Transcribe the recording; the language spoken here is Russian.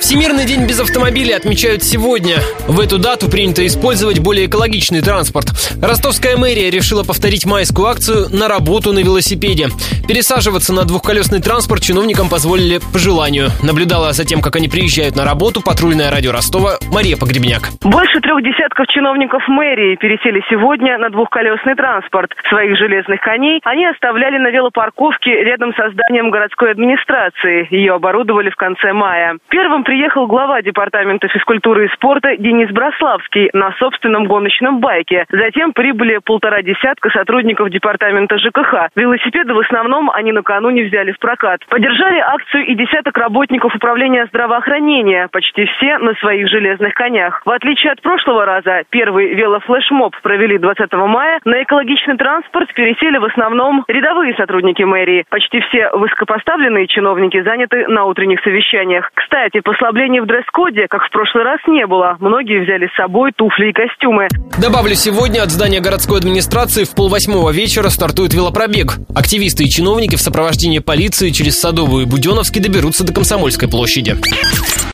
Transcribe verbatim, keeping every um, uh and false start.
Всемирный день без автомобиля отмечают сегодня. В эту дату принято использовать более экологичный транспорт. Ростовская мэрия решила повторить майскую акцию «На работу на велосипеде». Пересаживаться на двухколесный транспорт чиновникам позволили по желанию. Наблюдала за тем, как они приезжают на работу, патрульное радио Ростова Мария Погребняк. Больше трех десятков чиновников мэрии пересели сегодня на двухколесный транспорт. Своих железных коней они оставляли на велопарковке рядом со зданием городской администрации. Ее оборудовали в конце мая. Первым приехал глава департамента физкультуры и спорта Денис Брославский на собственном гоночном байке. Затем прибыли полтора десятка сотрудников департамента ЖКХ. Велосипеды в основном они накануне взяли в прокат. Поддержали акцию и десяток работников управления здравоохранения, почти все на своих железных конях. В отличие от прошлого раза, первый велофлешмоб провели двадцатого мая. На экологичный транспорт пересели в основном рядовые сотрудники мэрии. Почти все высокопоставленные чиновники заняты на утренних совещаниях. Кстати, послаблений в дресс-коде, как в прошлый раз, не было. Многие взяли с собой туфли и костюмы. Добавлю, сегодня от здания городской администрации в полвосьмого вечера стартует велопробег. Активисты и чиновники в сопровождении полиции через Садовую и Буденновский доберутся до Комсомольской площади.